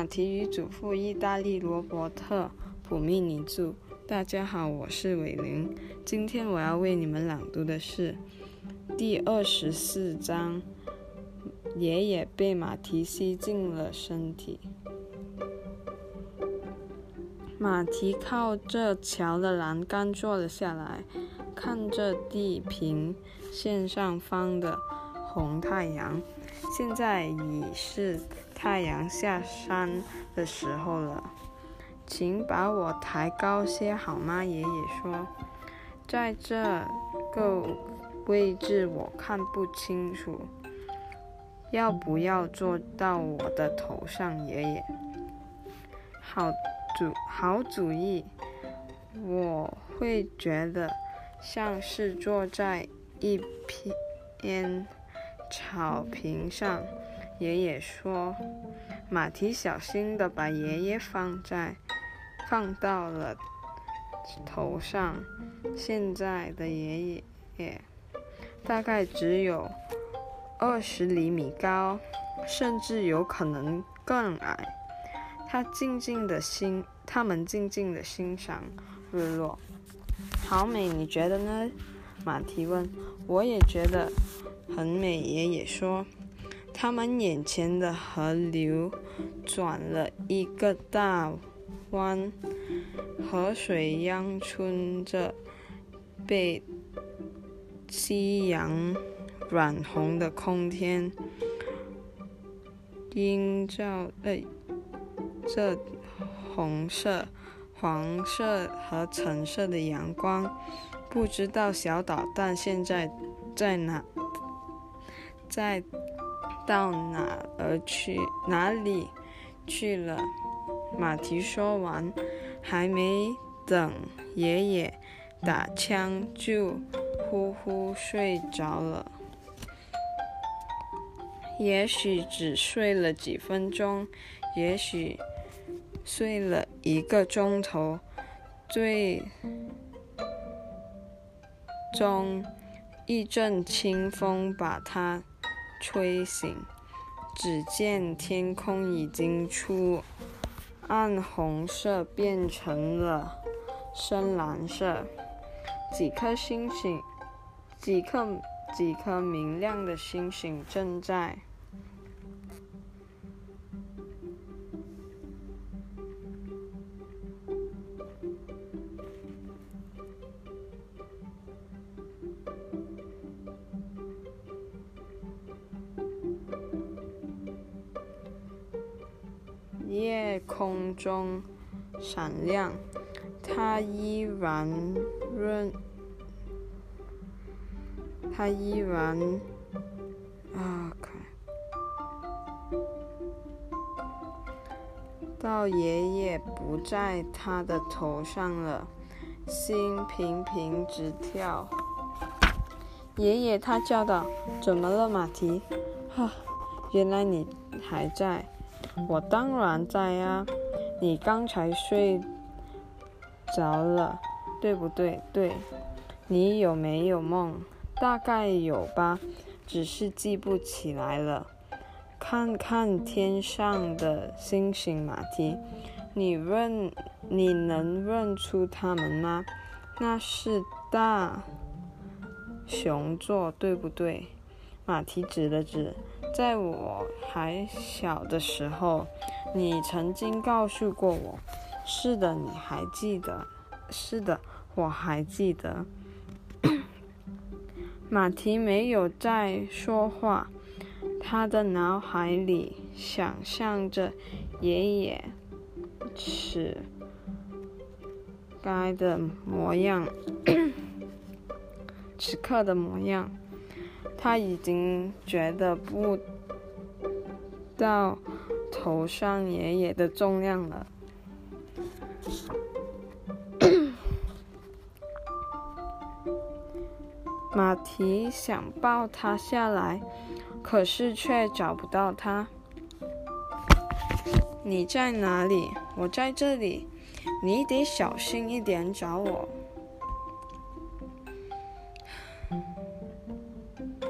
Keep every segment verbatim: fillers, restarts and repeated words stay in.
马蹄与祖父意大利罗伯特·普密尼著。大家好，我是伟林。今天我要为你们朗读的是第二十四章。爷爷被马蹄吸进了身体。马蹄靠着桥的栏杆坐了下来，看着地平线上方的红太阳。现在已是太阳下山的时候了，请把我抬高些好吗？爷爷说，在这个位置我看不清楚，要不要坐到我的头上？爷爷，好主好主意，我会觉得像是坐在一片草坪上。爷爷说，马蹄小心地把爷爷放在放到了头上。现在的爷爷大概只有二十厘米高，甚至有可能更矮。他静静地欣，他们静静地欣赏日落。好美，你觉得呢？马蹄问。我也觉得很美，爷爷说。他们眼前的河流转了一个大弯，河水漾出着被夕阳染红的空天，映照呃这红色、黄色和橙色的阳光。不知道小导弹现在在哪，在到哪儿去哪里去了？马蹄说完，还没等爷爷打枪就呼呼睡着了。也许只睡了几分钟，也许睡了一个钟头，最终一阵清风把他吹醒，只见天空已经出暗红色变成了深蓝色，几颗星星，几颗几颗明亮的星星正在夜空中闪亮。它依然润，它依然啊，到爷爷不在他的头上了，心频频直跳。爷爷，他叫道：“怎么了，马蹄？”哈，原来你还在。我当然在啊，你刚才睡着了，对不对？对。你有没有梦？大概有吧，只是记不起来了。看看天上的星星，马蹄，你认你能认出它们吗？那是大熊座，对不对？马蹄指了指。在我还小的时候，你曾经告诉过我。是的，你还记得？是的，我还记得。马蹄没有再说话，他的脑海里想象着爷爷此该的模样，此刻的模样。他已经觉得不到头上爷爷的重量了。马蹄想抱他下来，可是却找不到他。你在哪里？我在这里。你得小心一点找我。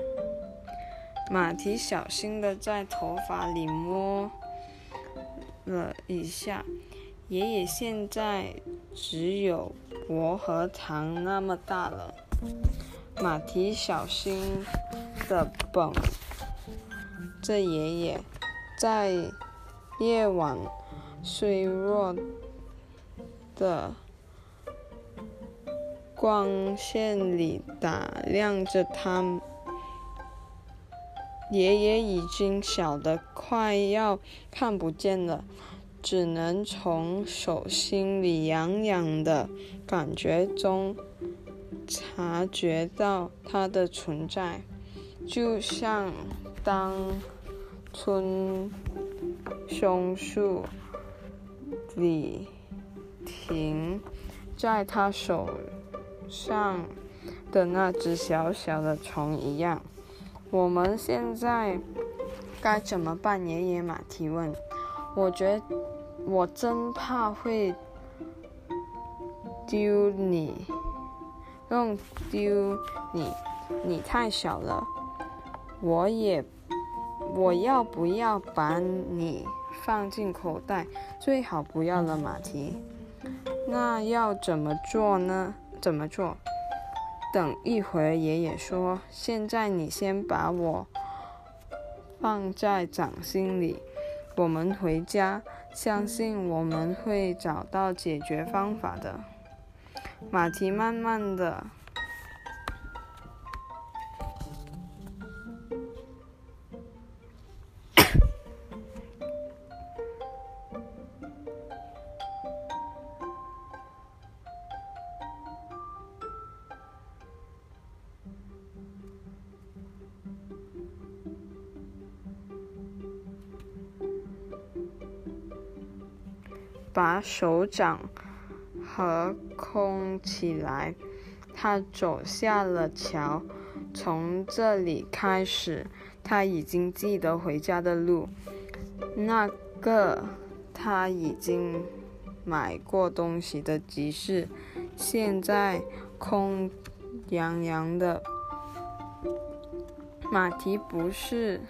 马蹄小心地在头发里摸了一下，爷爷现在只有薄荷糖那么大了。马蹄小心地捧着爷爷，在夜晚羸弱的光线里打量着他。爷爷已经小得快要看不见了，只能从手心里痒痒的感觉中察觉到它的存在，就像当春松树里停在他手上的那只小小的虫一样。我们现在该怎么办？爷爷马蹄问。我觉得我真怕会丢你，用丢你，你太小了。我也，我要不要把你放进口袋？最好不要了，马蹄。那要怎么做呢？怎么做？等一会儿，爷爷说，现在你先把我放在掌心里，我们回家，相信我们会找到解决方法的。马蹄慢慢的把手掌合空起来，他走下了桥。从这里开始，他已经记得回家的路，那个他已经买过东西的集市，现在空洋洋的。马蹄不是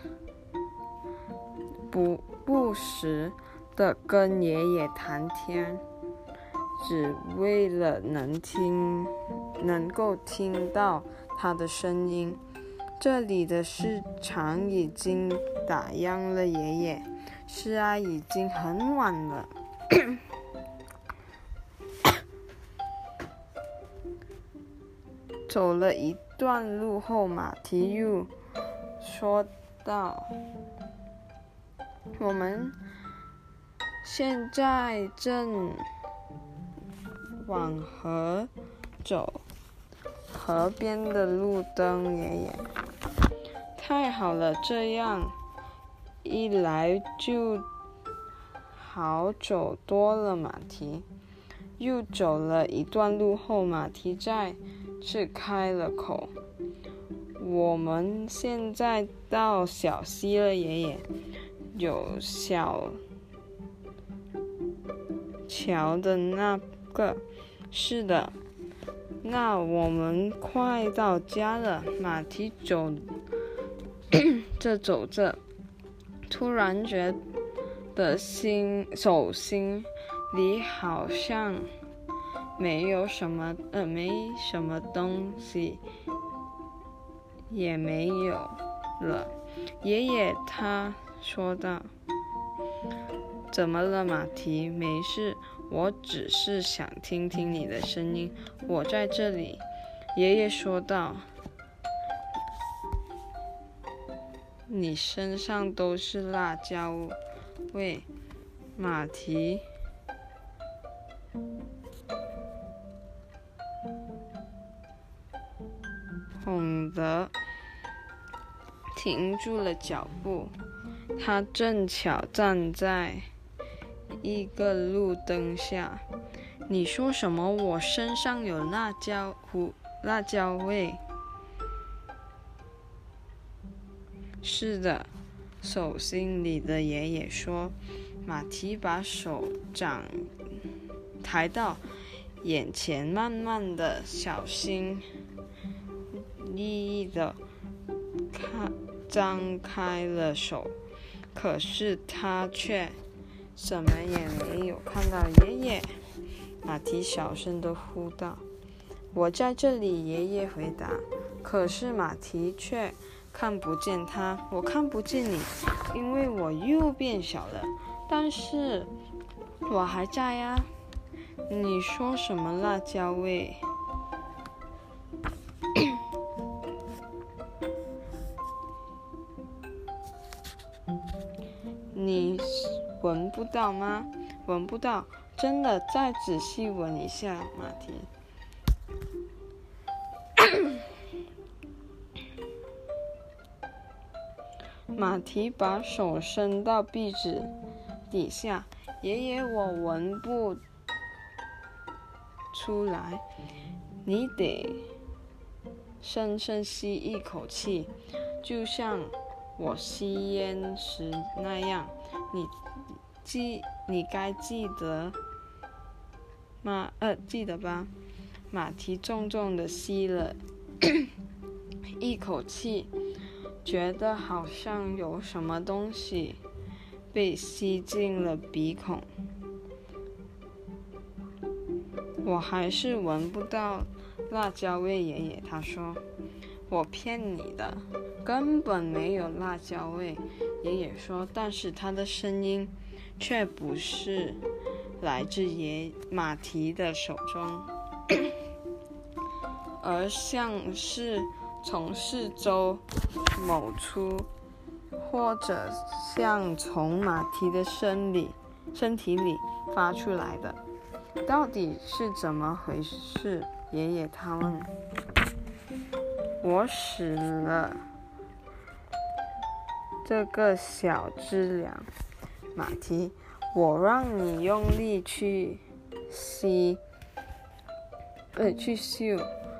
不不时的跟爷爷谈天，只为了能听，能够听到他的声音。这里的市场已经打烊了，爷爷。是啊，已经很晚了。走了一段路后，马蹄又说道：“我们现在正往河走，河边的路灯，爷爷。太好了，这样一来就好走多了。”马蹄又走了一段路后，马蹄再次开了口：“我们现在到小溪了，爷爷。有小桥的那个。”“是的。”“那我们快到家了。”马蹄走着走着，突然觉得心手心里好像没有什么呃没什么东西也没有了。爷爷他说道。“怎么了，马蹄？”“没事，我只是想听听你的声音。我在这里。”爷爷说道。“你身上都是辣椒味。”马蹄哄得停住了脚步。他正巧站在一个路灯下。“你说什么？我身上有辣椒胡辣椒味？”“是的。”手心里的爷爷说。马蹄把手掌抬到眼前，慢慢的、小心翼翼的张开了手，可是他却什么也没有看到爷爷。马蹄小声地呼道：“我在这里。”爷爷回答。可是马蹄却看不见他。我看不见你，因为我又变小了。但是我还在呀。你说什么辣椒味？你闻不到吗？闻不到，真的，再仔细闻一下，马蹄。马蹄把手伸到鼻子底下，爷爷，我闻不出来。你得深深吸一口气，就像我吸烟时那样。你记，你该记得吗？呃，记得吧？马蹄重重地吸了一口气，觉得好像有什么东西被吸进了鼻孔。我还是闻不到辣椒味，爷爷他说。我骗你的，根本没有辣椒味，爷爷说。但是他的声音却不是来自爷马蹄的手中，而像是从四周某处，或者像从马蹄的身里身体里发出来的。到底是怎么回事？爷爷他问。我使了这个小伎俩，马蹄，我让你用力去吸，呃，去嗅，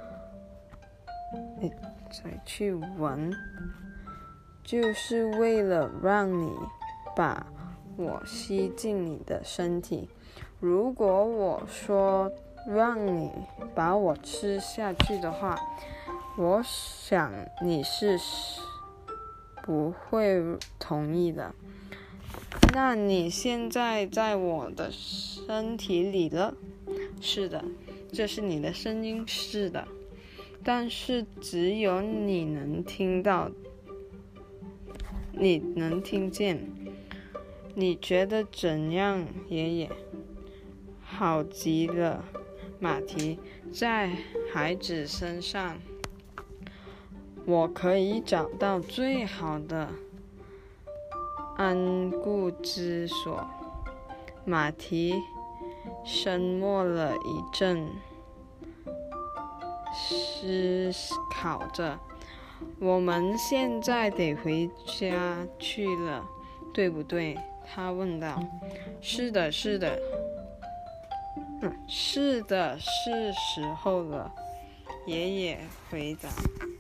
呃，再去闻，就是为了让你把我吸进你的身体。如果我说让你把我吃下去的话，我想你是不会同意的。那你现在在我的身体里了？是的，这是你的声音，是的。但是只有你能听到，你能听见。你觉得怎样，爷爷？好极了，马蹄，在孩子身上我可以找到最好的安固之所。马蹄沉默了一阵，思考着。我们现在得回家去了，对不对？他问道。是的，是的。嗯，是的，是时候了，爷爷回答。